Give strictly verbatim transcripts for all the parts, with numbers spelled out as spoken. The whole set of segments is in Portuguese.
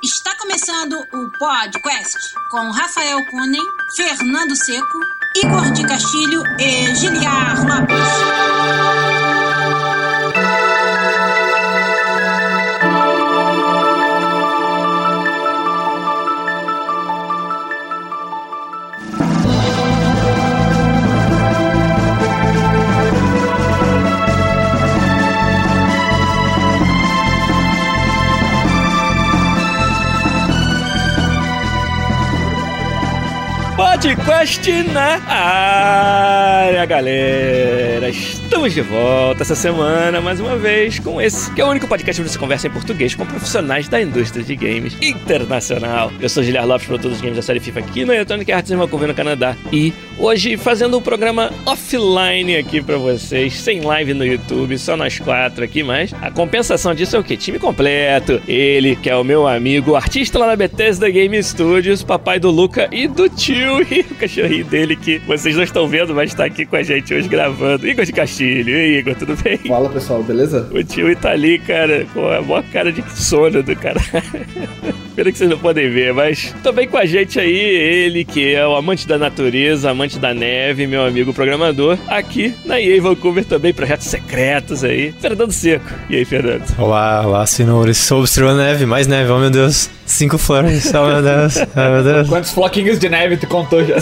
Está começando o PodQuest com Rafael Kunen, Fernando Seco, Igor de Castilho e Giliar Lopes. PodQuest na área, galera! Estamos de volta essa semana, mais uma vez, com esse, que é o único podcast onde se conversa em português com profissionais da indústria de games internacional. Eu sou Giliar Lopes, produtor dos games da série FIFA aqui na Electronic Arts em Vancouver, no Canadá. E hoje, fazendo um programa offline aqui pra vocês, sem live no YouTube, só nós quatro aqui, mas a compensação disso é o quê? Time completo. Ele, que é o meu amigo, artista lá na Bethesda Game Studios, papai do Luca e do tio, e o cachorrinho dele, que vocês não estão vendo, mas tá aqui com a gente hoje gravando. Igor de Castilho. E aí, Igor, tudo bem? Fala, pessoal, beleza? O tio tá ali, cara, com a maior cara de sono do cara. Pena que vocês não podem ver, mas também com a gente aí, ele que é o amante da natureza, amante da neve, meu amigo programador, aqui na E A Vancouver também, projetos secretos aí, Fernando Seco. E aí, Fernando? Olá, olá, senhores. Sou obstruindo neve, mais neve, oh meu Deus. Cinco flores, oh meu Deus, oh meu Deus. Quantos floquinhos de neve tu contou já?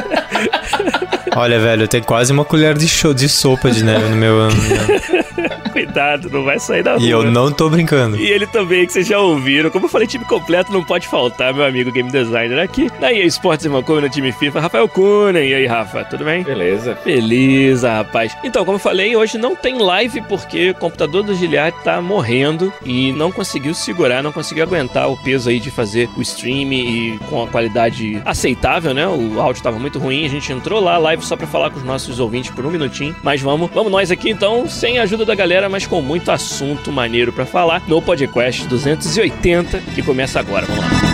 Olha, velho, eu tenho quase uma colher de, show, de sopa de neve no meu ano. Cuidado, não vai sair da rua. E eu não tô brincando. E ele também, que vocês já ouviram. Como eu falei, time completo não pode faltar, meu amigo game designer aqui na E A Sports em Vancouver, no time FIFA, Rafael Kunen. E aí, Rafa, tudo bem? Beleza. Beleza, rapaz. Então, como eu falei, hoje não tem live porque o computador do Giliar tá morrendo e não conseguiu segurar, não conseguiu aguentar o peso aí de fazer o stream e com a qualidade aceitável, né? O áudio tava muito ruim, a gente entrou lá, live só pra falar com os nossos ouvintes por um minutinho, mas vamos, vamos nós aqui então, sem a ajuda da galera, mas com muito assunto maneiro pra falar no PodQuest duzentos e oitenta, que começa agora. Vamos lá.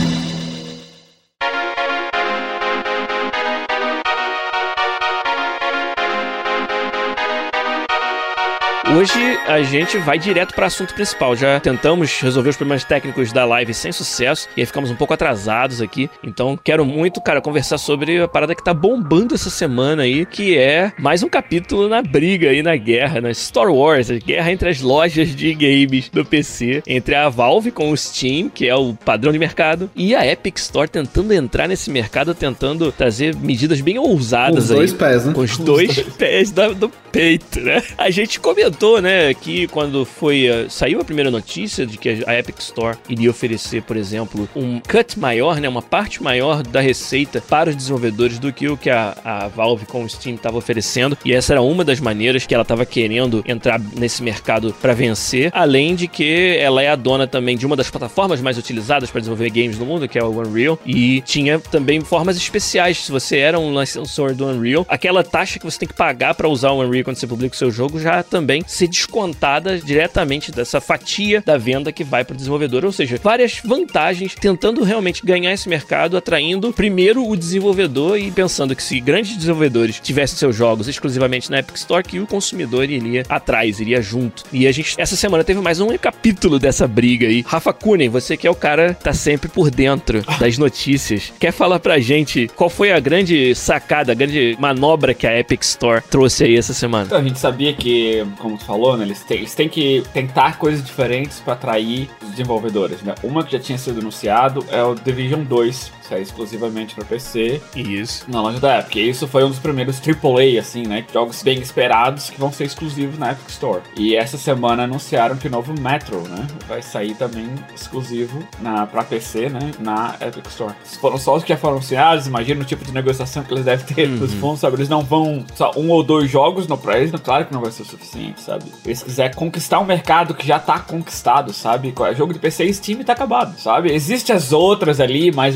Hoje a gente vai direto para o assunto principal. Já tentamos resolver os problemas técnicos da live sem sucesso e aí ficamos um pouco atrasados aqui. Então quero muito, cara, conversar sobre a parada que tá bombando essa semana aí, que é mais um capítulo na briga aí, na guerra, na Star Wars, a guerra entre as lojas de games do P C, entre a Valve com o Steam, que é o padrão de mercado, e a Epic Store tentando entrar nesse mercado, tentando trazer medidas bem ousadas com os aí. Dois pés, né? Com os dois, dois pés da, do peito, né? A gente comentou, né, que quando foi uh, saiu a primeira notícia de que a Epic Store iria oferecer, por exemplo, um cut maior, né, uma parte maior da receita para os desenvolvedores do que o que a, a Valve com o Steam estava oferecendo, e essa era uma das maneiras que ela estava querendo entrar nesse mercado para vencer, além de que ela é a dona também de uma das plataformas mais utilizadas para desenvolver games no mundo, que é o Unreal, e tinha também formas especiais. Se você era um licenciador do Unreal, aquela taxa que você tem que pagar para usar o Unreal quando você publica o seu jogo já também se descontada diretamente dessa fatia da venda que vai para o desenvolvedor, ou seja, várias vantagens tentando realmente ganhar esse mercado, atraindo primeiro o desenvolvedor e pensando que se grandes desenvolvedores tivessem seus jogos exclusivamente na Epic Store, que o consumidor iria atrás, iria junto. E a gente, essa semana, teve mais um capítulo dessa briga aí. Rafa Kunen, você que é o cara que tá sempre por dentro das notícias, quer falar pra gente qual foi a grande sacada, a grande manobra que a Epic Store trouxe aí essa semana? Então, a gente sabia que, como tu falou, né, eles, têm, eles têm que tentar coisas diferentes para atrair os desenvolvedores, né? Uma que já tinha sido anunciado é o Division dois, sai exclusivamente para P C. Isso. Na loja da Epic. E isso foi um dos primeiros triplo A, assim, né? Jogos bem esperados que vão ser exclusivos na Epic Store. E essa semana anunciaram que o novo Metro, né, vai sair também exclusivo na, pra P C, né, na Epic Store. Se foram só os que já foram anunciados, imagina o tipo de negociação que eles devem ter uhum. dos fundos, sabe? Eles não vão só um ou dois jogos no pra eles, claro que não vai ser o suficiente, sabe? Eles quiserem conquistar um mercado que já tá conquistado, sabe? Jogo de P C e Steam tá acabado, sabe? Existem as outras ali, mais ou menos,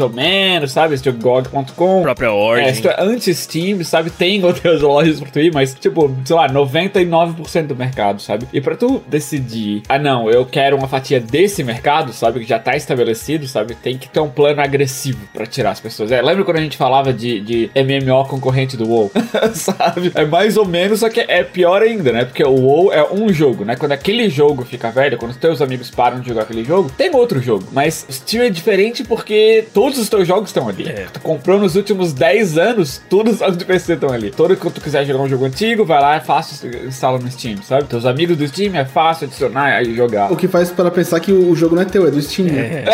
menos, sabe? Esse G O G ponto com. Própria Origin. É, se tu é anti-Steam, sabe? Tem outras lojas pra tu ir, mas, tipo, sei lá, noventa e nove por cento do mercado, sabe? E pra tu decidir, ah, não, eu quero uma fatia desse mercado, sabe? Que já tá estabelecido, sabe? Tem que ter um plano agressivo pra tirar as pessoas. É, lembra quando a gente falava de, de M M O concorrente do WoW? Sabe? É mais ou menos, só que é pior ainda, né? Porque o WoW é um jogo, né? Quando aquele jogo fica velho, quando os teus amigos param de jogar aquele jogo, tem outro jogo. Mas o Steam é diferente porque todos os teus jogos estão ali. É. Tu comprou nos últimos dez anos, todos os jogos de P C estão ali. Todo que tu quiser jogar um jogo antigo, vai lá, é fácil, instala no Steam, sabe? Teus amigos do Steam é fácil adicionar e jogar. O que faz para pensar que o jogo não é teu, é do Steam. É.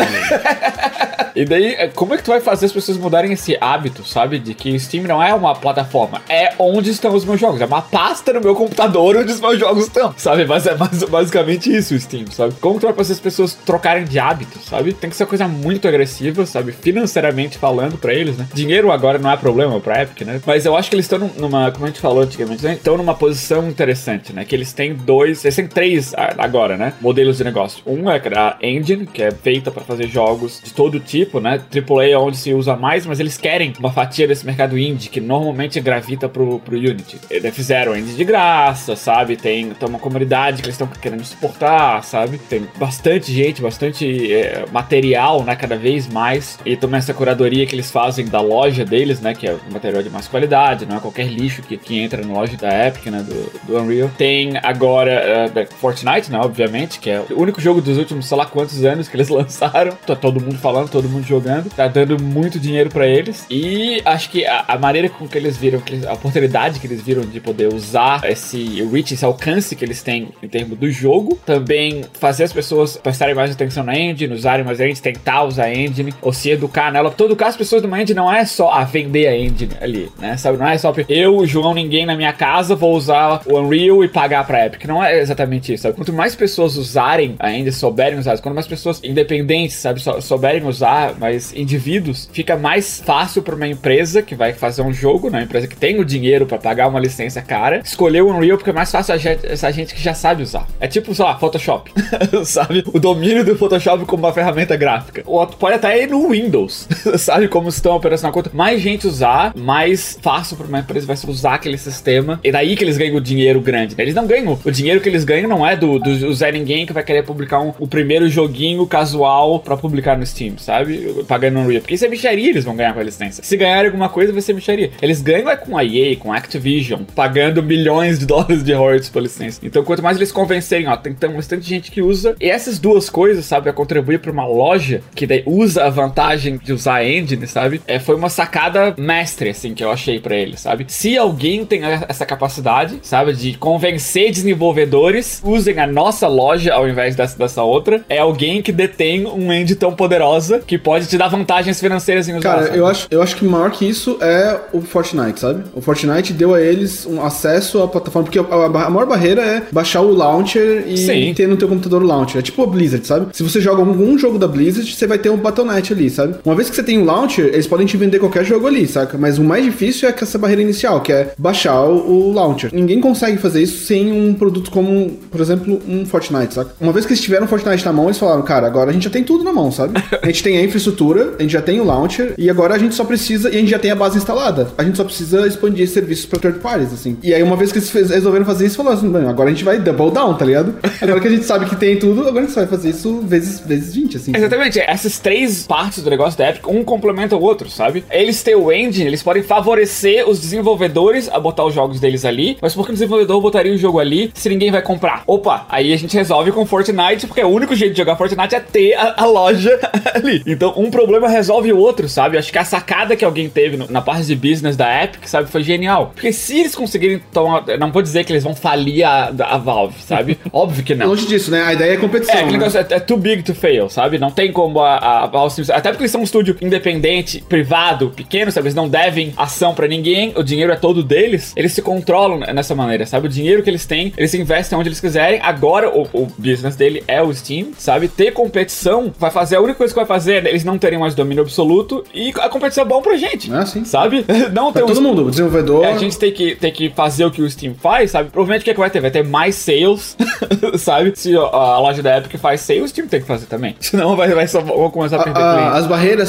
E daí, como é que tu vai fazer as pessoas mudarem esse hábito, sabe? De que Steam não é uma plataforma, é onde estão os meus jogos. É uma pasta no meu computador onde os meus jogos estão, sabe? Mas é mais, basicamente isso o Steam, sabe? Como tu vai fazer as pessoas trocarem de hábito, sabe? Tem que ser uma coisa muito agressiva, sabe? Financeiramente falando pra eles, né? Dinheiro agora não é problema pra Epic, né? Mas eu acho que eles estão numa, como a gente falou antigamente, né? Estão numa posição interessante, né? Que eles têm dois, eles têm três agora, né? Modelos de negócio. Um é a Engine, que é feita pra fazer jogos de todo tipo, né? Triple A é onde se usa mais, mas eles querem uma fatia desse mercado indie, que normalmente gravita pro, pro Unity. Eles fizeram indie de graça, sabe? Tem, tem uma comunidade que eles estão querendo suportar, sabe? Tem bastante gente, bastante é, material, né? Cada vez mais. E também essa curadoria que eles fazem da loja deles, né? Que é material de mais qualidade, não é qualquer lixo que, que entra na loja da Epic, né? Do, do Unreal. Tem agora uh, Fortnite, né? Obviamente, que é o único jogo dos últimos, sei lá quantos anos que eles lançaram. Tá todo mundo falando, todo mundo jogando. Tá dando muito dinheiro pra eles. E acho que a, a maneira com que eles viram, que eles, a oportunidade que eles viram de poder usar esse reach, esse alcance que eles têm em termos do jogo, também fazer as pessoas prestarem mais atenção na engine, usarem mais a engine, tentar usar a engine, ou se educar nela. Todo caso, as pessoas de uma engine não é só a vender a engine ali, né? Sabe? Não é só eu, João, ninguém na minha casa, vou usar o Unreal e pagar pra Epic. Não é exatamente isso, sabe? Quanto mais pessoas usarem a engine, souberem usar, quanto mais pessoas independentes, sabe, sou, souberem usar, mais indivíduos, fica mais fácil pra uma empresa que vai fazer um jogo, né? Uma empresa que tem o dinheiro pra pagar uma licença cara, escolher o Unreal porque é mais fácil a gente, essa gente que já sabe usar. É tipo, sei lá, Photoshop, sabe? O domínio do Photoshop como uma ferramenta gráfica. Ou pode até ir no Windows, sabe? Como estão operacional. Quanto mais gente usar, mais fácil pra uma empresa vai usar aquele sistema. E daí que eles ganham o dinheiro grande, né? Eles não ganham. O dinheiro que eles ganham não é do, do, do Zé Ninguém que vai querer publicar um, o primeiro joguinho casual pra publicar no Steam, sabe? Pagando no Unreal. Porque isso é bicharia, eles vão ganhar com a licença. Se ganharem alguma coisa, vai ser bicharia. Eles ganham é com a E A, com a Activision, pagando milhões de dólares de royalties por licença. Então, quanto mais eles convencerem, ó, tem bastante gente que usa. E essas duas coisas, sabe, vai contribuir pra uma loja que daí usa a vantagem de usar a engine, sabe? É, foi uma sacada mestre, assim, que eu achei pra eles, sabe? Se alguém tem essa capacidade, sabe, de convencer desenvolvedores, usem a nossa loja ao invés dessa, dessa outra, é alguém que detém um engine tão poderosa que pode te dar vantagens financeiras em usar. Cara, eu acho, eu acho que maior que isso é o Fortnite, sabe? O Fortnite deu a eles um acesso à plataforma, porque a, a, a maior barreira é baixar o launcher e Sim. ter no teu computador o launcher. É tipo a Blizzard, sabe? Se você joga algum jogo da Blizzard, você vai ter um Battle ponto net ali, sabe? Uma vez que você tem o launcher, eles podem te vender qualquer jogo ali, saca? Mas o mais difícil é essa barreira inicial, que é baixar o, o launcher. Ninguém consegue fazer isso sem um produto como, por exemplo, um Fortnite, saca? Uma vez que eles tiveram o Fortnite na mão, eles falaram, cara, agora a gente já tem tudo na mão, sabe? A gente tem a infraestrutura, a gente já tem o launcher, e agora a gente só precisa, e a gente já tem a base instalada. A gente só precisa expandir esses serviços para third parties, assim. E aí, uma vez que eles fez, resolveram fazer isso, falaram assim, agora a gente vai double down, tá ligado? Agora que a gente sabe que tem tudo, agora a gente vai fazer isso vezes, vezes vinte, assim. Exatamente. Essas três partes do negócio da Epic, um complementa o outro, sabe? Eles têm o engine, eles podem favorecer os desenvolvedores a botar os jogos deles ali, mas por que o desenvolvedor botaria o jogo ali se ninguém vai comprar? Opa, aí a gente resolve com Fortnite, porque o único jeito de jogar Fortnite é ter a, a loja ali. Então, um problema resolve o outro, sabe? Acho que a sacada que alguém teve no, na parte de business da Epic, sabe, foi genial. Porque se eles conseguirem tomar... Não vou dizer que eles vão falir a, a Valve, sabe? Óbvio que não. Longe disso, né? A ideia é competição. É, aquele né? negócio é, é too big to fail, sabe? Não tem como a, a Valve... Até porque eles são um estúdio independente, privado, pequeno, sabe? Eles não devem ação pra ninguém, o dinheiro é todo deles. Eles se controlam nessa maneira, sabe? O dinheiro que eles têm, eles investem onde eles quiserem. Agora, o, o business dele é o Steam, sabe? Ter competição vai fazer... A única coisa que vai fazer é eles não terem mais domínio absoluto e a competição é bom pra gente. Ah, sim. Sabe? Não pra ter todo um... mundo, o desenvolvedor... É, a gente tem que, tem que fazer o que o Steam faz, sabe? Provavelmente o que, é que vai ter? Vai ter mais sales, sabe? Se a, a loja da Epic faz sales, o Steam tem que fazer também. Senão vai, vai só, vão começar a perder a, clientes. As barreiras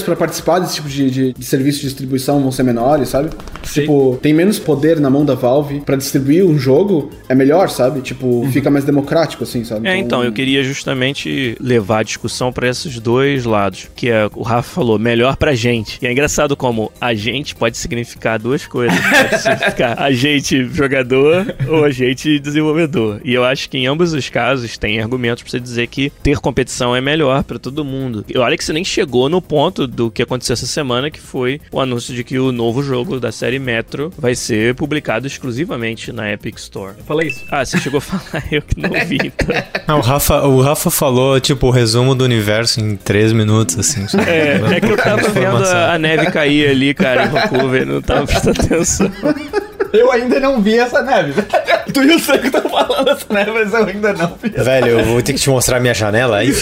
pra participar desse tipo de, de, de serviço de distribuição vão ser menores, sabe? Sim. Tipo, tem menos poder na mão da Valve pra distribuir um jogo, é melhor, sabe? Tipo, uhum. fica mais democrático, assim, sabe? É, então, eu queria justamente levar a discussão pra esses dois lados, que é, o Rafa falou, melhor pra gente. E é engraçado como a gente pode significar duas coisas. Pode significar a gente jogador ou a gente desenvolvedor. E eu acho que em ambos os casos tem argumentos pra você dizer que ter competição é melhor pra todo mundo. E olha que você nem chegou no ponto do que aconteceu essa semana, que foi o anúncio de que o novo jogo da série Metro vai ser publicado exclusivamente na Epic Store. Eu falei isso. Ah, você chegou a falar, eu que não vi, então. Não, o Rafa, o Rafa falou, tipo, o resumo do universo em três minutos, assim. Sabe? É, é que eu tava vendo a, a neve cair ali, cara, em Vancouver, não tava prestando atenção. Eu ainda não vi essa neve. Tu e o Seco estão falando essa neve, mas eu ainda não vi. Velho, eu vou ter que te mostrar minha janela aí.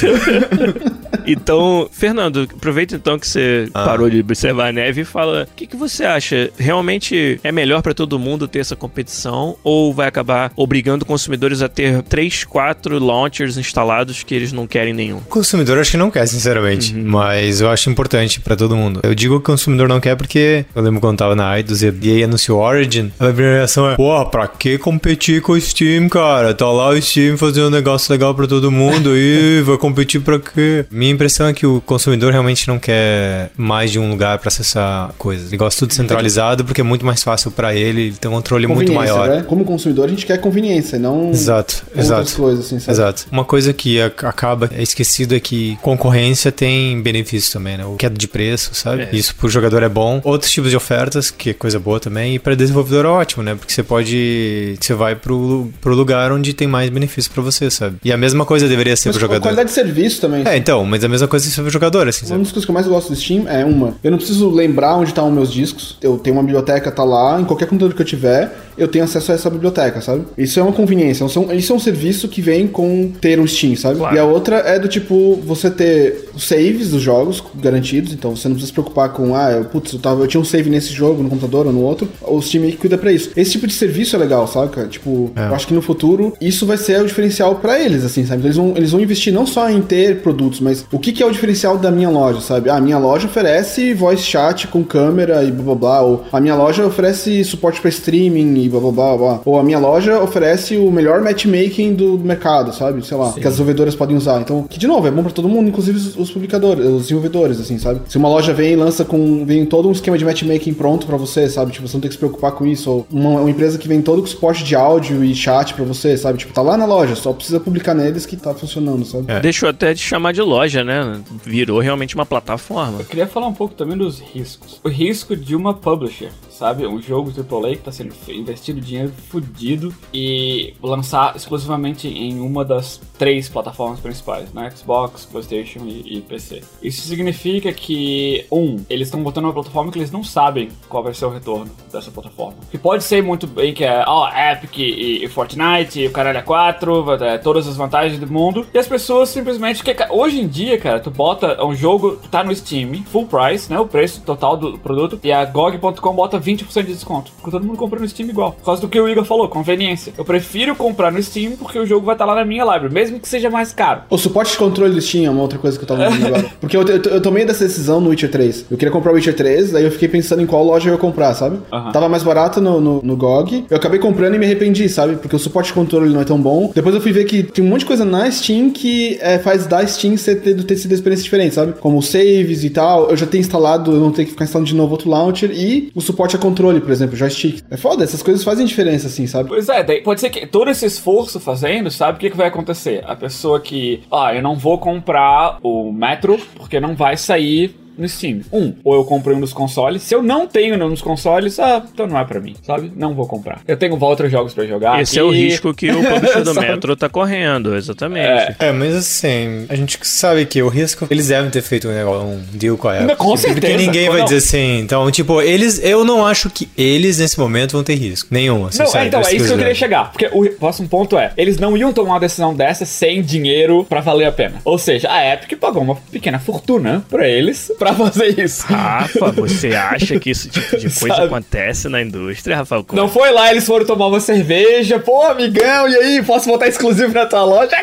Então, Fernando, aproveita então que você ah. parou de observar a neve e fala, o que, que você acha? Realmente é melhor pra todo mundo ter essa competição ou vai acabar obrigando consumidores a ter três, quatro launchers instalados que eles não querem nenhum? O consumidor acho que não quer, sinceramente, uhum. mas eu acho importante pra todo mundo. Eu digo que o consumidor não quer porque eu lembro quando tava na Eidos e a E A anunciou Origin, a primeira reação é, pô, pra que competir com o Steam, cara? Tá lá o Steam fazendo um negócio legal pra todo mundo e vai competir pra quê? Minha impressão é que o consumidor realmente não quer mais de um lugar pra acessar coisas. Ele gosta tudo centralizado porque é muito mais fácil pra ele, ele tem um controle muito maior. Né? Como consumidor, a gente quer conveniência, não exato, outras exato. coisas, assim, sabe? Exato. Uma coisa que acaba é esquecido é que concorrência tem benefícios também, né? O queda de preço, sabe? É. Isso pro jogador é bom. Outros tipos de ofertas, que é coisa boa também, e pra desenvolvedor é ótimo, né? Porque você pode... Você vai pro, pro lugar onde tem mais benefício pra você, sabe? E a mesma coisa deveria ser mas pro jogador. A qualidade de serviço também. É, então, mas a mesma coisa ser pro jogador, assim, sabe? Uma das coisas que eu mais gosto do Steam é uma, eu não preciso lembrar onde estão os meus discos, eu tenho uma biblioteca, tá lá, em qualquer computador que eu tiver, eu tenho acesso a essa biblioteca, sabe? Isso é uma conveniência, isso é um serviço que vem com ter um Steam, sabe? Claro. E a outra é do tipo, você ter os saves dos jogos garantidos, então você não precisa se preocupar com, ah, eu, putz, eu, tava, eu tinha um save nesse jogo, no computador ou no outro, o Steam aí que cuida pra isso. Esse tipo de serviço é legal, sabe, cara? Tipo, é. eu acho que no futuro isso vai ser o diferencial pra eles, assim, sabe? Então, eles vão, eles vão investir não só em ter produtos, mas o que, que é o diferencial da minha loja, sabe? Ah, a minha loja oferece voice chat com câmera e blá blá blá, ou a minha loja oferece suporte pra streaming e blá blá blá blá, ou a minha loja oferece o melhor matchmaking do mercado, sabe? Sei lá, Sim. que as desenvolvedoras podem usar. Então, que de novo, é bom pra todo mundo, inclusive os, os publicadores, os desenvolvedores, assim, sabe? Se uma loja vem e lança com, vem todo um esquema de matchmaking pronto pra você, sabe? Tipo, você não tem que se preocupar com isso, ou uma, uma empresa que vem todo com suporte de áudio e chat pra você, sabe? Tipo, tá lá na loja, só precisa publicar neles que tá funcionando, sabe? É. Deixa eu até te chamar de loja, né? Virou realmente uma plataforma. Eu queria falar um pouco também dos riscos. O risco de uma publisher, sabe? Um jogo triplo A que tá sendo investido dinheiro fudido e lançar exclusivamente em uma das três plataformas principais, né? Xbox, PlayStation e, e P C. Isso significa que, um, eles estão botando uma plataforma que eles não sabem qual vai ser o retorno dessa plataforma. Que pode ser muito bem que é, ó, oh, Epic e, e Fortnite e o caralho é quatro, é, todas as vantagens do mundo, e as pessoas simplesmente... Que, hoje em dia, cara, tu bota um jogo que tá no Steam, full price, né? O preço total do produto, e a G O G ponto com bota vinte por cento de desconto. Porque todo mundo compra no Steam igual. Por causa do que o Igor falou, conveniência. Eu prefiro comprar no Steam porque o jogo vai estar tá lá na minha library, mesmo que seja mais caro. O suporte de controle do Steam é uma outra coisa que eu tava vendo agora. Porque eu, eu, eu tomei dessa decisão no Witcher três. Eu queria comprar o Witcher três, daí eu fiquei pensando em qual loja eu ia comprar, sabe? Uhum. Tava mais barato no, no, no G O G. Eu acabei comprando e me arrependi, sabe? Porque o suporte de controle não é tão bom. Depois eu fui ver que tem um monte de coisa na Steam que é, faz da Steam ser, ter, ter sido experiência diferente, sabe? Como saves e tal. Eu já tenho instalado, eu não tenho que ficar instalando de novo outro launcher. E o suporte a controle, por exemplo, joystick. É foda, essas coisas fazem diferença, assim, sabe? Pois é, daí pode ser que todo esse esforço fazendo, sabe o que, que vai acontecer? A pessoa que, ah, eu não vou comprar o Metro porque não vai sair no Steam. Um, ou eu comprei um dos consoles. Se eu não tenho um dos consoles, ah, então não é pra mim, sabe? Não vou comprar. Eu tenho outros jogos pra jogar. Esse e... é o risco que o publisher do Metro tá correndo, exatamente. É. é, mas assim, a gente sabe que o risco, eles devem ter feito um, negócio, um deal com a Apple. Com certeza. Porque ninguém vai não. dizer assim. Então, tipo, eles, eu não acho que eles, nesse momento, vão ter risco. Nenhum, assim, não, sabe? Então, é isso que eu queria chegar. Porque o próximo ponto é, eles não iam tomar uma decisão dessa sem dinheiro pra valer a pena. Ou seja, a Epic pagou uma pequena fortuna pra eles pra fazer isso. Rafa, você acha que esse tipo de coisa acontece na indústria, Rafael? Como? Não foi lá, eles foram tomar uma cerveja, pô, amigão, e aí, posso botar exclusivo na tua loja? É claro!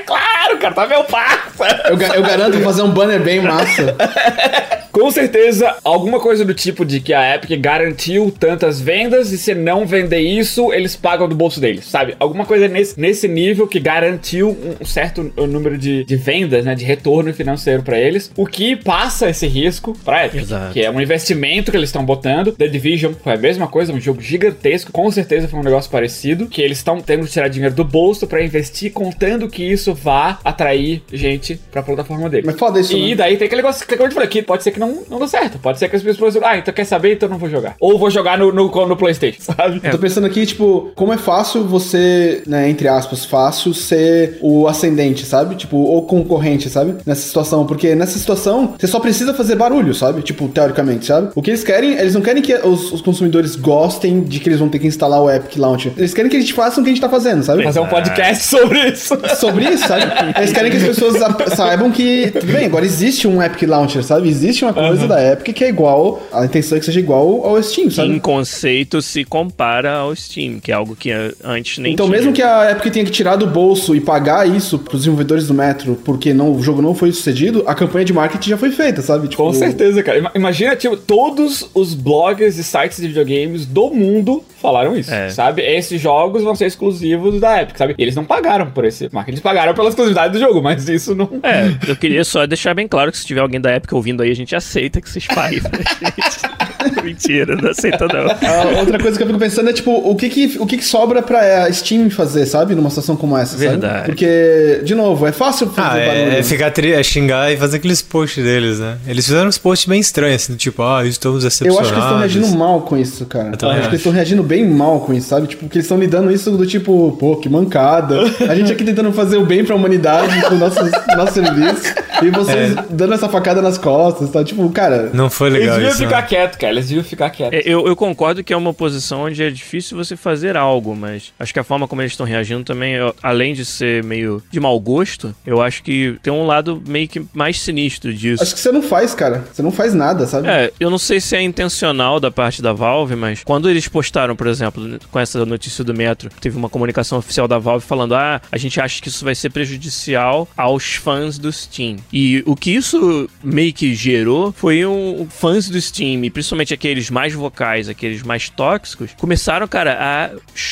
Claro, cara, tá meu parça. Eu, eu garanto fazer um banner bem massa. Com certeza, alguma coisa do tipo de que a Epic garantiu tantas vendas e se não vender isso, eles pagam do bolso deles, sabe? Alguma coisa nesse, nesse nível que garantiu um certo número de, de vendas, né? De retorno financeiro pra eles, o que passa esse risco pra Epic. Exato. Que é um investimento que eles estão botando. The Division foi a mesma coisa, um jogo gigantesco, com certeza foi um negócio parecido, que eles estão tendo que tirar dinheiro do bolso pra investir, contando que isso vá atrair gente pra plataforma deles. Mas foda isso, E né? daí tem aquele negócio que eu te falei aqui, pode ser que não, não dê certo. Pode ser que as pessoas, ah, então quer saber, então não vou jogar. Ou vou jogar no, no, no PlayStation, sabe? Eu tô pensando aqui, tipo, como é fácil você, né, entre aspas, fácil ser o ascendente, sabe? Tipo, ou concorrente, sabe? Nessa situação. Porque nessa situação, você só precisa fazer barulho, sabe? Tipo, teoricamente, sabe? O que eles querem, eles não querem que os, os consumidores gostem de que eles vão ter que instalar o Epic Launcher. Eles querem que a gente faça o que a gente tá fazendo, sabe? Fazer um podcast sobre isso. Sobre isso, sabe? Eles querem que as pessoas saibam que, tudo bem, agora existe um Epic Launcher, sabe? Existe uma coisa uhum. da Epic que é igual, a intenção é que seja igual ao Steam, sabe? Em conceito se compara ao Steam, que é algo que antes nem Então tinha. mesmo que a Epic tenha que tirar do bolso e pagar isso pros desenvolvedores do Metro, porque não, o jogo não foi sucedido, a campanha de marketing já foi feita, sabe? Tipo, com certeza, cara. Imagina, tipo, todos os blogs e sites de videogames do mundo falaram isso, é. sabe? Esses jogos vão ser exclusivos da Epic, sabe? E eles não pagaram por esse marketing, eles pagaram pela exclusividade do jogo, mas isso não... É, eu queria só deixar bem claro que se tiver alguém da Epic ouvindo aí, a gente aceita que vocês paguem pra gente. Mentira, não aceita não. A outra coisa que eu fico pensando é, tipo, o que que, o que, que sobra pra Steam fazer, sabe? Numa situação como essa, Verdade. sabe? Porque, de novo, é fácil fazer ah, barulho. É, é ficar tri- é xingar e fazer aqueles posts deles, né? Eles fizeram uns posts bem estranhos, assim, tipo, ah, estamos decepcionados. Eu acho que eles estão reagindo mal com isso, cara. Eu, eu acho, acho que eles estão reagindo bem mal com isso, sabe? Tipo, que eles estão lidando isso do tipo, pô, que mancada. A gente aqui tentando fazer o bem pra humanidade com o nosso, nosso serviço. E vocês é. dando essa facada nas costas, tá? Tipo, cara... Não foi legal eles isso, deviam ficar né? quietos, cara. Eles deviam ficar quietos. É, eu, eu concordo que é uma posição onde é difícil você fazer algo, mas acho que a forma como eles estão reagindo também, eu, além de ser meio de mau gosto, eu acho que tem um lado meio que mais sinistro disso. Acho que você não faz, cara. Você não faz nada, sabe? É, eu não sei se é intencional da parte da Valve, mas quando eles postaram, por exemplo, com essa notícia do Metro, teve uma comunicação oficial da Valve falando, ah, a gente acha que isso vai ser prejudicial aos fãs do Steam. E o que isso meio que gerou foi um fãs do Steam, e principalmente aqueles mais vocais, aqueles mais tóxicos, começaram, cara, a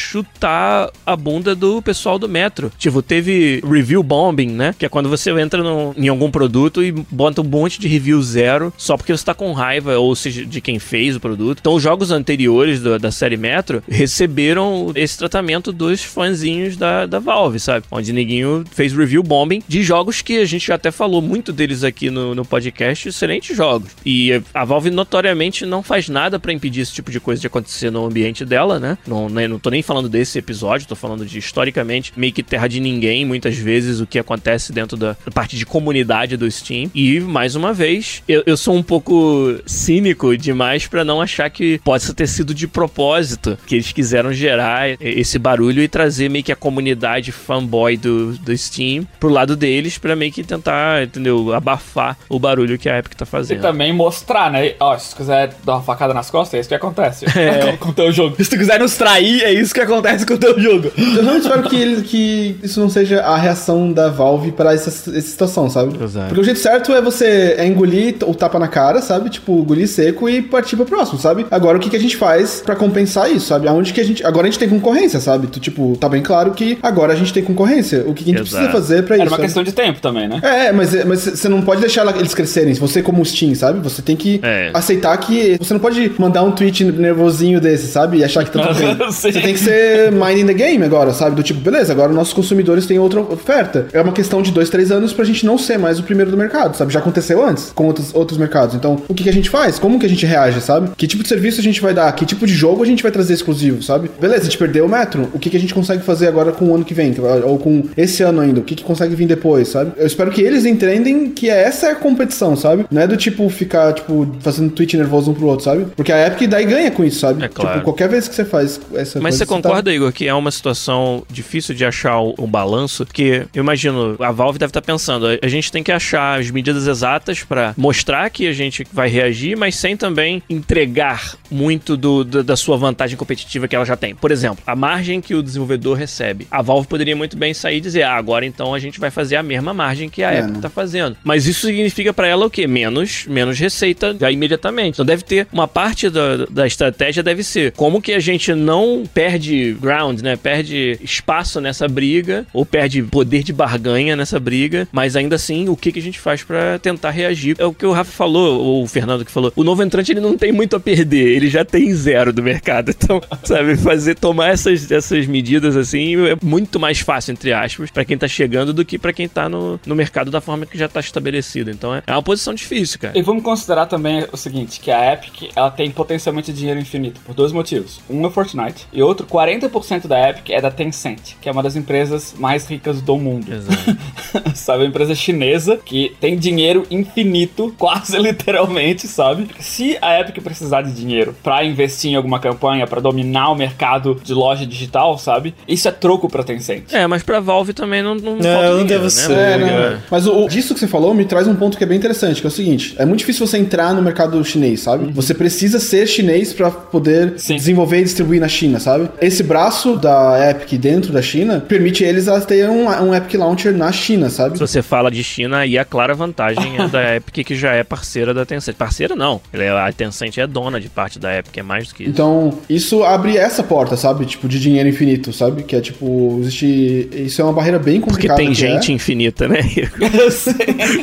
chutar a bunda do pessoal do Metro. Tipo, teve review bombing, né? Que é quando você entra no, em algum produto e bota um monte de review zero só porque você tá com raiva, ou seja, de quem fez o produto. Então, os jogos anteriores do, da série Metro receberam esse tratamento dos fãzinhos da, da Valve, sabe? Onde ninguém fez review bombing de jogos que a gente já até falou muito deles aqui no, no podcast, excelentes jogos. E a Valve notoriamente não faz nada pra impedir esse tipo de coisa de acontecer no ambiente dela, né? Não, né? Não tô nem falando desse episódio, tô falando de, historicamente, meio que terra de ninguém, muitas vezes, o que acontece dentro da, da parte de comunidade do Steam. E, mais uma vez, eu, eu sou um pouco cínico demais pra não achar que possa ter sido de propósito, que eles quiseram gerar esse barulho e trazer meio que a comunidade fanboy do, do Steam pro lado deles, pra meio que tentar, entendeu, abafar o barulho que a Epic tá fazendo. E também mostrar, né? Ó, se tu quiser dar uma facada nas costas, é isso que acontece é. com o teu jogo. Se tu quiser nos trair, é isso que acontece com o teu jogo. Eu não espero que, ele, que isso não seja a reação da Valve pra essa, essa situação, sabe? Exato. Porque o jeito certo é você é engolir o tapa na cara, sabe? Tipo, engolir seco e partir pro próximo, sabe? Agora, o que, que a gente faz pra compensar isso, sabe? Aonde que a gente... Agora a gente tem concorrência, sabe? Tu, tipo, tá bem claro que agora a gente tem concorrência. O que, que a gente Exato. precisa fazer pra Era isso, uma sabe? questão de tempo também, né? É, mas, mas você não pode deixar eles crescerem. Você como Steam, sabe? Você tem que É. aceitar que... Você não pode mandar um tweet nervosinho desse, sabe? E achar que tá tudo bem. Você tem que ser minding the game agora, sabe? Do tipo, beleza, agora nossos consumidores têm outra oferta. É uma questão de dois, três anos pra gente não ser mais o primeiro do mercado, sabe? Já aconteceu antes com outros, outros mercados. Então, o que, que a gente faz? Como que a gente reage, sabe? Que tipo de serviço a gente vai dar? Que tipo de jogo a gente vai trazer exclusivo, sabe? Beleza, a gente perdeu o Metro. O que, que a gente consegue fazer agora com o ano que vem? Ou com esse ano ainda? O que, que consegue vir depois, sabe? Eu espero que eles entendem que essa é a competição, sabe? Não é do tipo ficar, tipo, fazendo tweet nervoso um pro outro, sabe? Porque a Epic daí ganha com isso, sabe? É claro. Tipo, qualquer vez que você faz essa Mas coisa, você tá- concorda, Igor, que é uma situação difícil de achar o, o balanço? Porque eu imagino, a Valve deve estar pensando, a, a gente tem que achar as medidas exatas pra mostrar que a gente vai reagir, mas sem também entregar muito do, do, da sua vantagem competitiva que ela já tem. Por exemplo, a margem que o desenvolvedor recebe. A Valve poderia muito bem sair e dizer, ah, agora então a gente vai fazer a mesma margem que a é, Epic tá fazendo. Mas isso significa pra ela o quê? Menos, menos receita já imediatamente. Então deve ter uma parte da, da estratégia deve ser como que a gente não perde ground, né? Perde espaço nessa briga ou perde poder de barganha nessa briga, mas ainda assim, o que, que a gente faz pra tentar reagir? É o que o Rafa falou, ou o Fernando que falou. O novo entrante, ele não tem muito a perder, ele já tem zero do mercado. Então, sabe, fazer, tomar essas, essas medidas assim é muito mais fácil, entre aspas, pra quem tá chegando do que pra quem tá no, no mercado da forma que já tá estabelecido. Então, é, é uma posição difícil, cara. E vamos considerar também o seguinte, que a Epic, ela tem potencialmente dinheiro infinito, por dois motivos. Um é Fortnite, e outro, quarenta por cento da Epic é da Tencent, que é uma das empresas mais ricas do mundo. Exato. Sabe, uma empresa chinesa que tem dinheiro infinito, quase literalmente, sabe? Se a Epic precisar de dinheiro pra investir em alguma campanha, pra dominar o mercado de loja digital, sabe? Isso é troco pra Tencent. É, mas pra Valve também não, não, não falta não dinheiro, deve né? É, não. Mas o, o, disso que você falou me traz um ponto que é bem interessante, que é o seguinte, é muito difícil você entrar no mercado chinês, sabe? Uhum. Você precisa ser chinês pra poder Sim. desenvolver e distribuir na China, sabe? Esse braço da Epic dentro da China permite eles a ter um, um Epic Launcher na China, sabe? Se você fala de China, aí a clara vantagem é da Epic, que já é parceira da Tencent. Parceira não, a Tencent é dona de parte da Epic, é mais do que isso. Então, isso abre essa porta, sabe? Tipo, de dinheiro infinito, sabe? Que é tipo, existe... Isso é uma barreira bem complicada. Porque tem gente é. infinita, né? Eu sei.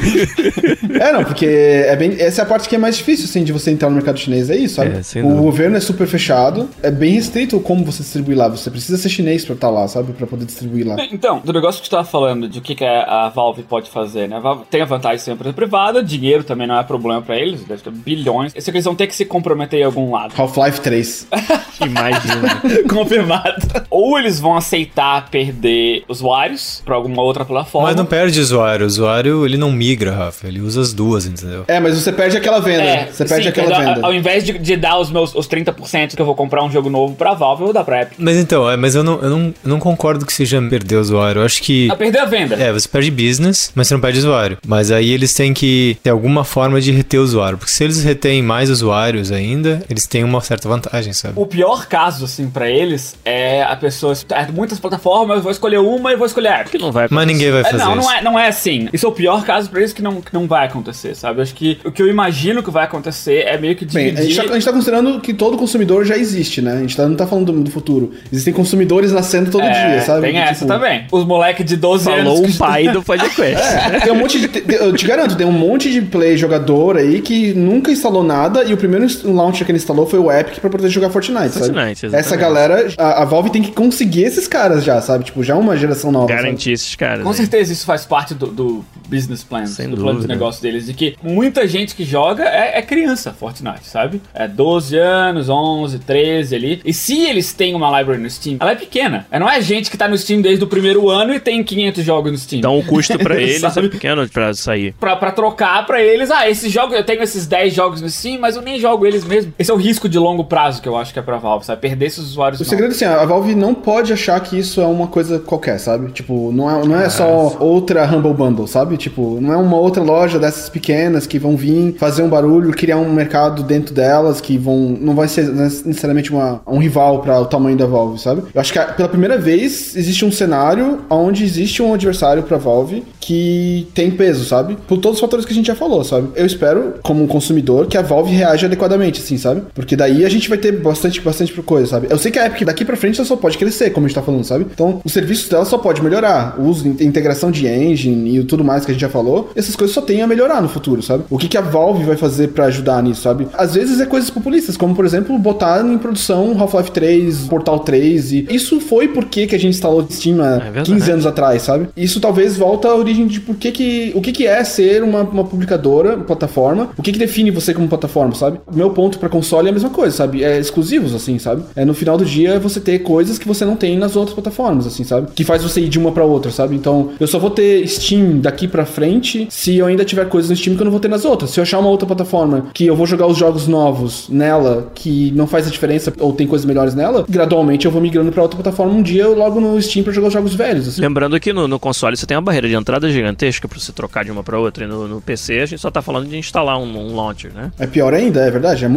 É, não, porque é bem... essa é a parte que é mais difícil, assim, de você entrar no mercado chinês, é isso, sabe? É, o não. governo é super fechado, é bem restrito como você distribui lá. Você precisa ser chinês pra estar lá, sabe? Pra poder distribuir lá. Então, do negócio que tu tava falando, de o que, que a Valve pode fazer, né? A Valve tem a vantagem de ser uma empresa privada, dinheiro também não é problema pra eles, deve ter bilhões. Só que eles vão ter que se comprometer em algum lado. Half-Life três. Imagina. Confirmado. Ou eles vão aceitar perder usuários pra alguma outra plataforma. Mas não perde usuário. O usuário, ele não migra, Rafa. Ele usa as duas, entendeu? É, mas você perde aquela venda. É, você perde sim, aquela ao, venda. Ao invés de, de dar os meus os trinta por cento que eu vou comprar um jogo novo pra Valve, eu vou dar pra Epic. Mas então, é, mas eu não, eu, não, eu não concordo que seja perder o usuário. Eu acho que... A perder a venda. É, você perde business, mas você não perde usuário. Mas aí eles têm que ter alguma forma de reter o usuário. Porque se eles retêm mais usuários ainda, eles têm uma certa vantagem, sabe? O pior caso, assim, pra eles é a pessoa... É, muitas plataformas, eu vou escolher uma e vou escolher a Epic. Que não vai Mas ninguém vai fazer é, não, isso. Não é, não é assim. Isso é o pior caso pra eles que não, que não vai acontecer, sabe? Eu acho que o que eu imagino que vai acontecer é meio que dividir... Bem, a gente, tá, a gente tá considerando que todo consumidor já existe, né? A gente tá, não tá falando do, do futuro. Existem consumidores nascendo todo é, dia, sabe? Tem tipo, essa também. Os moleques de doze falou anos... Falou um pai do podcast. É, tem um monte de... Eu te garanto, tem um monte de play jogador aí que nunca instalou nada e o primeiro launcher que ele instalou foi o Epic pra poder jogar Fortnite, sabe? Fortnite, essa galera, a, a Valve tem que conseguir esses caras já, sabe? Tipo, já uma geração nova. Garantir sabe? esses caras. Com aí. certeza isso faz parte do, do business plan, Sem do dúvida. plano de negócio deles, de que muita gente que joga é, é criança Fortnite, sabe? É doze anos, onze, treze ali. E se eles têm uma library no Steam, ela é pequena. Não é gente que tá no Steam desde o primeiro ano e tem quinhentos jogos no Steam. Então o custo pra eles é pequeno pra sair. Pra, pra trocar pra eles, ah, esses jogos, eu tenho esses dez jogos no Steam, mas eu nem jogo eles mesmo. Esse é o risco de longo prazo que eu acho que é pra Valve, sabe? Perder esses usuários. O segredo é assim, a Valve não pode achar que isso é uma coisa qualquer, sabe? Tipo, não é, não é só outra Humble Bundle, sabe? Tipo, não é uma outra loja dessas pequenas que vão vir fazer um barulho, criar um mercado dentro delas, que vão... Não vai ser necessariamente uma, um rival para o tamanho da Valve, sabe? Eu acho que pela primeira vez existe um cenário onde existe um adversário pra Valve que tem peso, sabe? Por todos os fatores que a gente já falou, sabe? Eu espero, como um consumidor, que a Valve reaja adequadamente, assim, sabe? Porque daí a gente vai ter bastante, bastante coisa, sabe? Eu sei que a Epic daqui pra frente só pode crescer, como a gente tá falando, sabe? Então, os serviços dela só pode melhorar. O uso, a integração de engine e tudo mais que a gente já falou, essas coisas só tem a melhorar no futuro, sabe? O que, que a Valve vai fazer pra ajudar nisso, sabe? Às vezes é coisas populistas, como, por exemplo, botar em produção Half-Life três, Portal três, e isso foi porque que a gente instalou Steam há é quinze anos atrás, sabe? Isso talvez volta à origem de por que que, o que que é ser uma, uma publicadora, uma plataforma, o que que define você como plataforma, sabe? O meu ponto pra console é a mesma coisa, sabe? É exclusivos, assim, sabe? É no final do dia você ter coisas que você não tem nas outras plataformas, assim, sabe? Que faz você ir de uma pra outra, sabe? Então, eu só vou ter Steam daqui pra frente se eu ainda tiver coisas no Steam que eu não vou ter nas outras. Se eu achar uma outra plataforma que eu vou jogar os jogos novos nela, que não faz a diferença ou tem coisas melhores nela, gradualmente eu vou migrando pra outra plataforma um dia, eu logo no Steam pra jogar os jogos velhos, assim. Lembrando que no, no console você tem uma barreira de entrada gigantesca pra você trocar de uma pra outra, e no, no P C a gente só tá falando de instalar um, um launcher, né? É pior ainda, é verdade, é muito mais fácil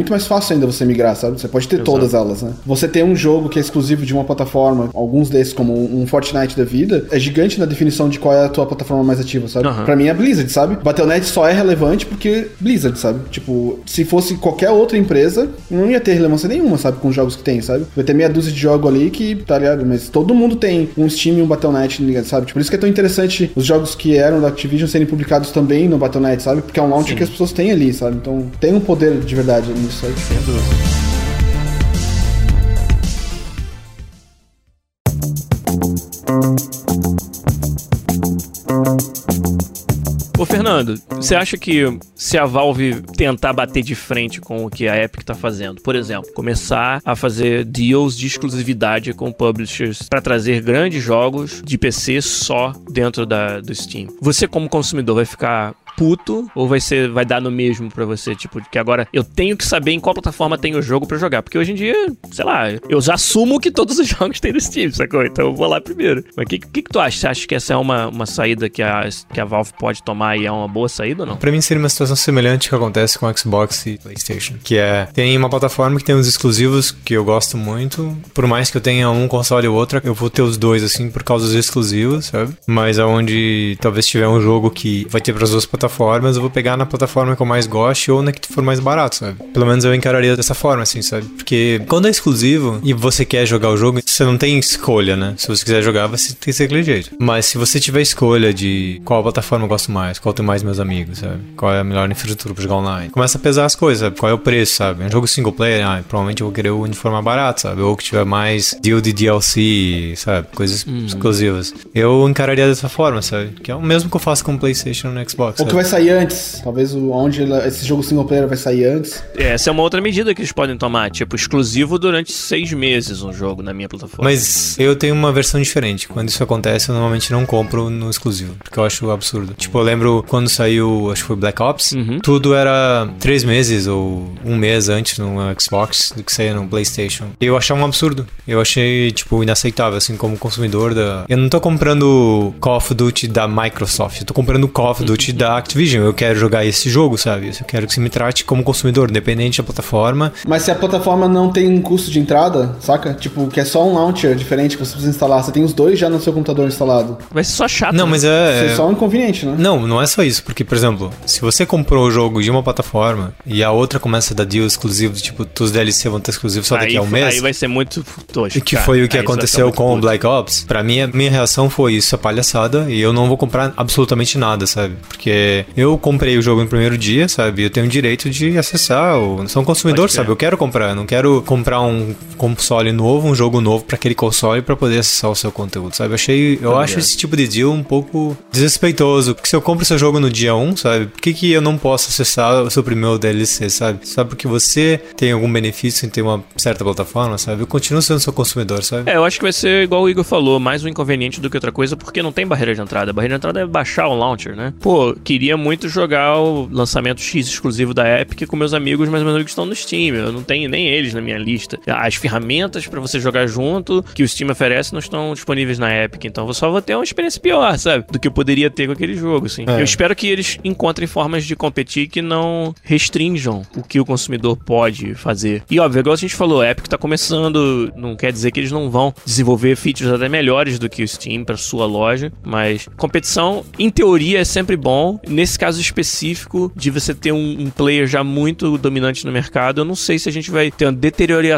fácil ainda você migrar, sabe? Você pode ter Exato. todas elas, né? Você tem um jogo que é exclusivo de uma plataforma, alguns desses, como um Fortnite da vida, é gigante na definição de qual é a tua plataforma mais ativa, sabe? Uhum. Pra mim é Blizzard, sabe? Battle ponto net só é relevante porque Blizzard, sabe? Tipo, se fosse qualquer outra empresa, não ia ter relevância nenhuma, sabe? Com os jogos que tem, sabe? Vai ter meia dúzia de jogo ali que, tá ligado? Mas todo mundo tem um Steam e um Battle ponto net, sabe? Tipo, por isso que é tão interessante os jogos que eram da Activision serem publicados também no Battle ponto net, sabe? Porque é um launcher Sim. que as pessoas têm ali, sabe? Então tem um poder de verdade nisso aí. Sem dúvida. Ô Fernando, você acha que se a Valve tentar bater de frente com o que a Epic tá fazendo, por exemplo, começar a fazer deals de exclusividade com publishers para trazer grandes jogos de P C só dentro da, do Steam, você como consumidor vai ficar puto ou vai ser, vai dar no mesmo pra você, tipo, que agora eu tenho que saber em qual plataforma tem o jogo pra jogar, porque hoje em dia, sei lá, eu já assumo que todos os jogos tem no Steam, sacou? Então eu vou lá primeiro. Mas o que, que, que tu acha? Você acha que essa é uma, uma saída que a, que a Valve pode tomar e é uma boa saída ou não? Pra mim seria uma situação semelhante que acontece com Xbox e PlayStation, que é, tem uma plataforma que tem uns exclusivos que eu gosto muito, por mais que eu tenha um console ou outro, eu vou ter os dois, assim, por causa dos exclusivos, sabe? Mas aonde talvez tiver um jogo que vai ter pras duas plataformas plataformas, eu vou pegar na plataforma que eu mais goste ou na que for mais barato, sabe? Pelo menos eu encararia dessa forma, assim, sabe? Porque quando é exclusivo e você quer jogar o jogo, você não tem escolha, né? Se você quiser jogar, você tem que ser daquele jeito. Mas se você tiver escolha de qual plataforma eu gosto mais, qual tem mais meus amigos, sabe? Qual é a melhor infraestrutura pra jogar online, começa a pesar as coisas, sabe? Qual é o preço, sabe? Um jogo single player, ah, provavelmente eu vou querer o uniforme mais barato, sabe? Ou que tiver mais deal de D L C, sabe? Coisas uhum. exclusivas. Eu encararia dessa forma, sabe? Que é o mesmo que eu faço com o PlayStation no Xbox. Ou que vai sair antes. Talvez o, onde esse jogo single player vai sair antes. Essa é uma outra medida que eles podem tomar. Tipo, exclusivo durante seis meses um jogo na minha plataforma. Mas eu tenho uma versão diferente. Quando isso acontece, eu normalmente não compro no exclusivo. Porque eu acho absurdo. Tipo, eu lembro quando saiu, acho que foi Black Ops, uhum. tudo era três meses ou um mês antes no Xbox do que saía no PlayStation. E eu achava um absurdo. Eu achei, tipo, inaceitável, assim, como consumidor da... Eu não tô comprando Call of Duty da Microsoft. Eu tô comprando Call of Duty uhum. da Activision. Eu quero jogar esse jogo, sabe? Eu quero que você me trate como consumidor, independente da plataforma. Mas se a plataforma não tem um custo de entrada, saca? Tipo, que é só um launcher diferente que você precisa instalar. Você tem os dois já no seu computador instalado. Vai ser só chato. Não, né? mas é... Vai ser só um inconveniente, né? Não, não é só isso. Porque, por exemplo, se você comprou o jogo de uma plataforma e a outra começa a dar deal exclusivo, tipo, os D L C vão ter exclusivo só daqui aí, a um mês. Aí vai ser muito tosco. E que foi o que aí aconteceu com o Black Ops. Pra mim, a minha reação foi isso, é palhaçada, e eu não vou comprar absolutamente nada, sabe? Porque eu comprei o jogo no primeiro dia, sabe? Eu tenho o direito de acessar. Eu sou um consumidor, sabe? Eu quero comprar. Eu não quero comprar um console novo, um jogo novo pra aquele console pra poder acessar o seu conteúdo, sabe? Eu achei... Eu acho esse tipo de deal um pouco desrespeitoso. Porque se eu compro o seu jogo no dia um, sabe? Por que que eu não posso acessar o seu primeiro D L C, sabe? Sabe porque você tem algum benefício em ter uma certa plataforma, sabe? Eu continuo sendo seu consumidor, sabe? É, eu acho que vai ser igual o Igor falou, mais um inconveniente do que outra coisa, porque não tem barreira de entrada. A barreira de entrada é baixar o launcher, né? Pô, queria muito jogar o lançamento X exclusivo da Epic com meus amigos, mas meus amigos estão no Steam. Eu não tenho nem eles na minha lista. As ferramentas pra você jogar junto que o Steam oferece não estão disponíveis na Epic, então eu só vou ter uma experiência pior, sabe? Do que eu poderia ter com aquele jogo, assim. É. Eu espero que eles encontrem formas de competir que não restringam o que o consumidor pode fazer. E óbvio, igual a gente falou, a Epic tá começando, não quer dizer que eles não vão desenvolver features até melhores do que o Steam pra sua loja, mas competição, em teoria, é sempre bom. Nesse caso específico, de você ter um, um player já muito dominante no mercado, eu não sei se a gente vai ter uma deterioria-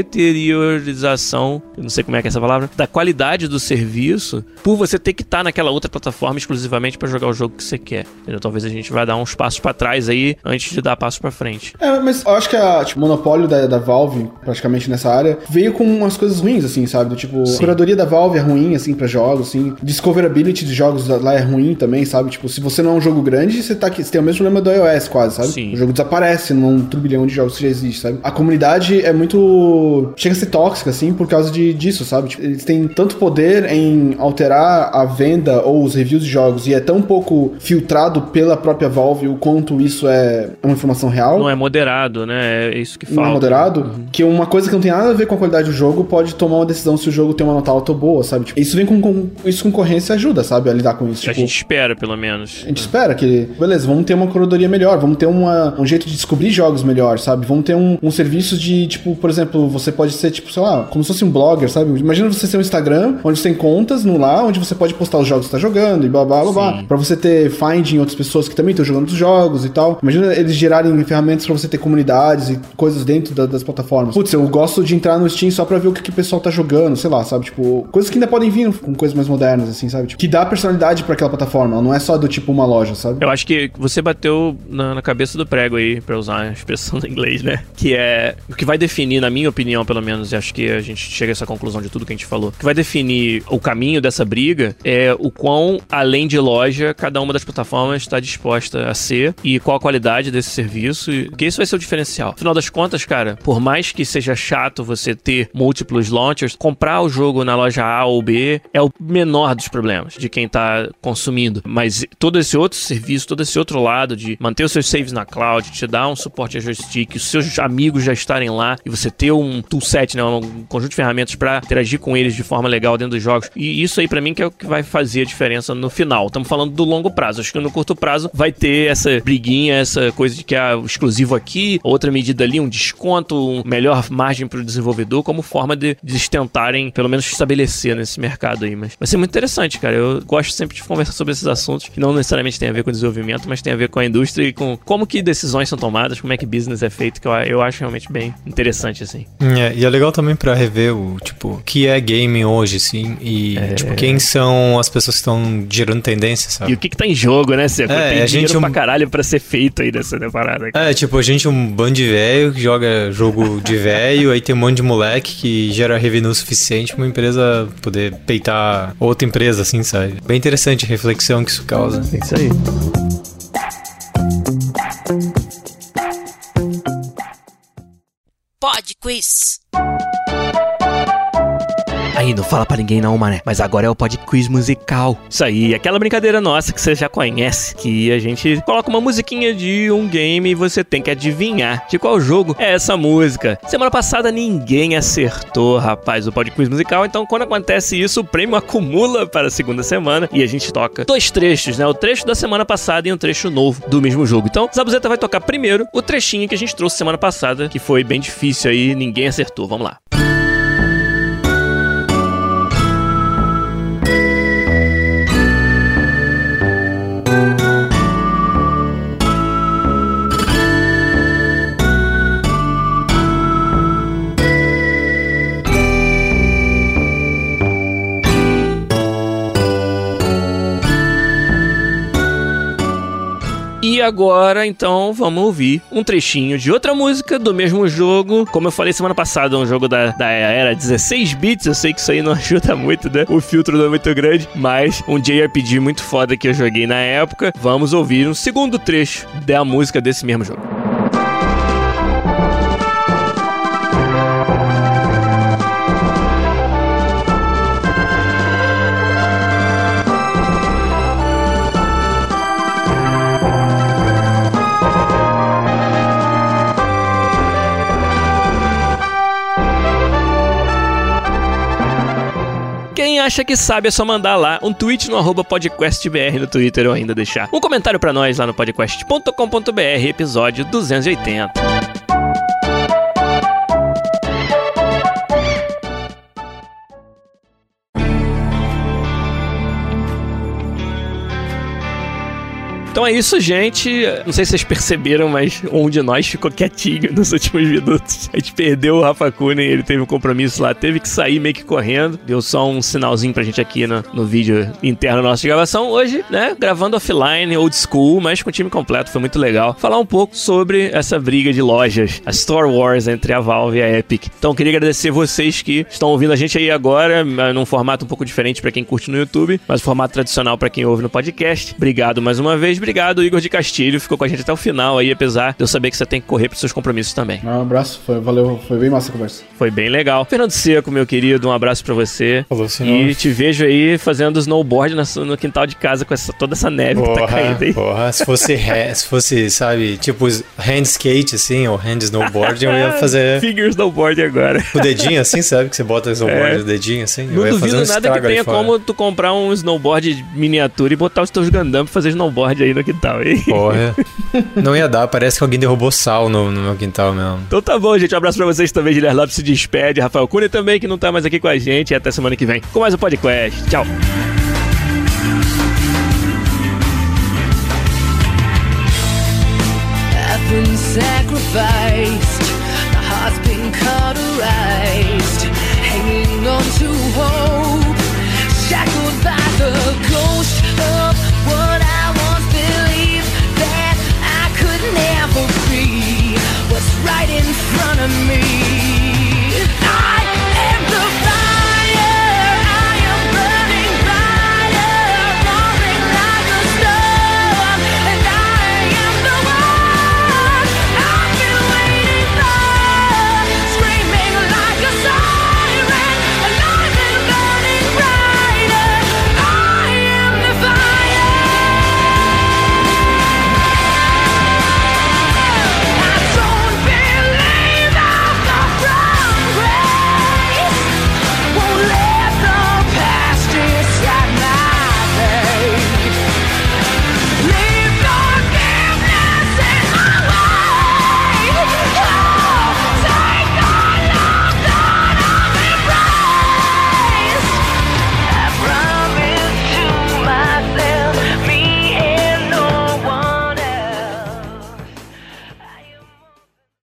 deteriorização, eu não sei como é que é essa palavra, da qualidade do serviço, por você ter que estar naquela outra plataforma exclusivamente pra jogar o jogo que você quer. Entendeu? Talvez a gente vai dar uns passos pra trás aí, antes de dar passos pra frente. É, mas eu acho que a, tipo, o monopólio da, da Valve, praticamente nessa área, veio com umas coisas ruins, assim, sabe? Do, tipo, Sim. a curadoria da Valve é ruim, assim, pra jogos, assim. Discoverability de jogos lá é ruim também, sabe? Tipo, se você não é um jogo grande, você, tá aqui, você tem o mesmo problema do iOS, quase, sabe? Sim. O jogo desaparece num turbilhão de jogos que já existe, sabe? A comunidade é muito... chega a ser tóxica, assim, por causa de, disso, sabe? Tipo, eles têm tanto poder em alterar a venda ou os reviews de jogos e é tão pouco filtrado pela própria Valve o quanto isso é uma informação real. Não é moderado, né? É isso que falta. Não é moderado. Uhum. Que uma coisa que não tem nada a ver com a qualidade do jogo pode tomar uma decisão se o jogo tem uma nota alta ou boa, sabe? Tipo, isso vem com, com... isso concorrência ajuda, sabe? A lidar com isso. A tipo, gente espera, pelo menos. A gente espera. galera, que, beleza, vamos ter uma curadoria melhor, vamos ter uma, um jeito de descobrir jogos melhor, sabe? Vamos ter um, um serviço de, tipo, por exemplo, você pode ser, tipo, sei lá, como se fosse um blogger, sabe? Imagina você ter um Instagram, onde você tem contas no lá, onde você pode postar os jogos que você tá jogando e blá, blá, blá, blá. Pra você ter finding outras pessoas que também estão jogando os jogos e tal. Imagina eles gerarem ferramentas pra você ter comunidades e coisas dentro da, das plataformas. Putz, eu gosto de entrar no Steam só pra ver o que, que o pessoal tá jogando, sei lá, sabe? Tipo, coisas que ainda podem vir com coisas mais modernas, assim, sabe? Tipo, que dá personalidade pra aquela plataforma. Ela não é só do tipo uma loja, sabe? Eu acho que você bateu na, na cabeça do prego aí, pra usar a expressão em inglês, né? Que é o que vai definir, na minha opinião, pelo menos, e acho que a gente chega a essa conclusão de tudo que a gente falou, o que vai definir o caminho dessa briga é o quão, além de loja, cada uma das plataformas está disposta a ser e qual a qualidade desse serviço, e que isso vai ser o diferencial. Afinal das contas, cara, por mais que seja chato você ter múltiplos launchers, comprar o jogo na loja A ou B é o menor dos problemas de quem tá consumindo. Mas todo esse outro serviço, todo esse outro lado de manter os seus saves na cloud, te dar um suporte a joystick, os seus amigos já estarem lá e você ter um toolset, né, um conjunto de ferramentas para interagir com eles de forma legal dentro dos jogos. E isso aí pra mim que é o que vai fazer a diferença no final. Estamos falando do longo prazo. Acho que no curto prazo vai ter essa briguinha, essa coisa de que é exclusivo aqui, outra medida ali, um desconto, um melhor margem pro desenvolvedor, como forma de, de eles tentarem, pelo menos, estabelecer nesse mercado aí. Mas vai ser muito interessante, cara. Eu gosto sempre de conversar sobre esses assuntos que não necessariamente tem a ver com desenvolvimento, mas tem a ver com a indústria e com como que decisões são tomadas, como é que business é feito, que eu, eu acho realmente bem interessante, assim. É, e é legal também pra rever o, tipo, o que é gaming hoje, assim, e, é... tipo, quem são as pessoas que estão gerando tendência, sabe? E o que que tá em jogo, né, Seco? É, tem a dinheiro gente pra um... caralho pra ser feito aí nessa parada. É, tipo, a gente é um bando de velho que joga jogo de velho, aí tem um monte de moleque que gera revenue suficiente pra uma empresa poder peitar outra empresa, assim, sabe? Bem interessante a reflexão que isso causa. É isso aí. Pod Quiz. Aí, não fala pra ninguém não, mané. Mas agora é o Pod Quiz musical. Isso aí, aquela brincadeira nossa que você já conhece. Que a gente coloca uma musiquinha de um game e você tem que adivinhar de qual jogo é essa música. Semana passada ninguém acertou, rapaz, o Pod Quiz musical. Então, quando acontece isso, o prêmio acumula para a segunda semana e a gente toca dois trechos, né? O trecho da semana passada e um trecho novo do mesmo jogo. Então, Zabuzeta vai tocar primeiro o trechinho que a gente trouxe semana passada, que foi bem difícil aí, ninguém acertou. Vamos lá. E agora, então, vamos ouvir um trechinho de outra música do mesmo jogo. Como eu falei semana passada, um jogo da, da era dezesseis bits. Eu sei que isso aí não ajuda muito, né? O filtro não é muito grande, mas um J R P G muito foda que eu joguei na época. Vamos ouvir um segundo trecho da música desse mesmo jogo. Quem acha que sabe é só mandar lá um tweet no arroba podcastbr no Twitter ou ainda deixar um comentário pra nós lá no podcast ponto com ponto br, episódio duzentos e oitenta. Então é isso, gente. Não sei se vocês perceberam, mas um de nós ficou quietinho nos últimos minutos. A gente perdeu o Rafa Kunen, ele teve um compromisso lá, teve que sair meio que correndo. Deu só um sinalzinho pra gente aqui no, no vídeo interno da nossa gravação. Hoje, né, gravando offline, old school, mas com o time completo, foi muito legal. Falar um pouco sobre essa briga de lojas, a Store Wars entre a Valve e a Epic. Então queria agradecer vocês que estão ouvindo a gente aí agora, num formato um pouco diferente pra quem curte no YouTube, mas o formato tradicional pra quem ouve no podcast. Obrigado mais uma vez. Obrigado, Igor de Castilho, ficou com a gente até o final aí, apesar de eu saber que você tem que correr pros seus compromissos também. Um abraço, foi, valeu, foi bem massa a conversa. Foi bem legal. Fernando Seco, meu querido, um abraço pra você. Falou, senhor. E te vejo aí fazendo snowboard no, no quintal de casa com essa, toda essa neve porra, que tá caindo aí. Porra, se fosse, se fosse, sabe, tipo hand skate, assim, ou hand snowboard, eu ia fazer... Finger snowboard agora. O dedinho, assim, sabe, que você bota o snowboard, é. o dedinho, assim. Não eu ia duvido fazer um nada que tenha como tu comprar um snowboard miniatura e botar os teus Gundam pra fazer snowboard aí aí no quintal, hein? Porra. Não ia dar, parece que alguém derrubou sal no, no meu quintal mesmo. Então tá bom, gente. Um abraço pra vocês também. Guilherme Lopes se despede. Rafael Cunha também, que não tá mais aqui com a gente. E até semana que vem com mais um podcast. Tchau. I've been sacrificed. My heart's been cauterized. Hanging on to hope.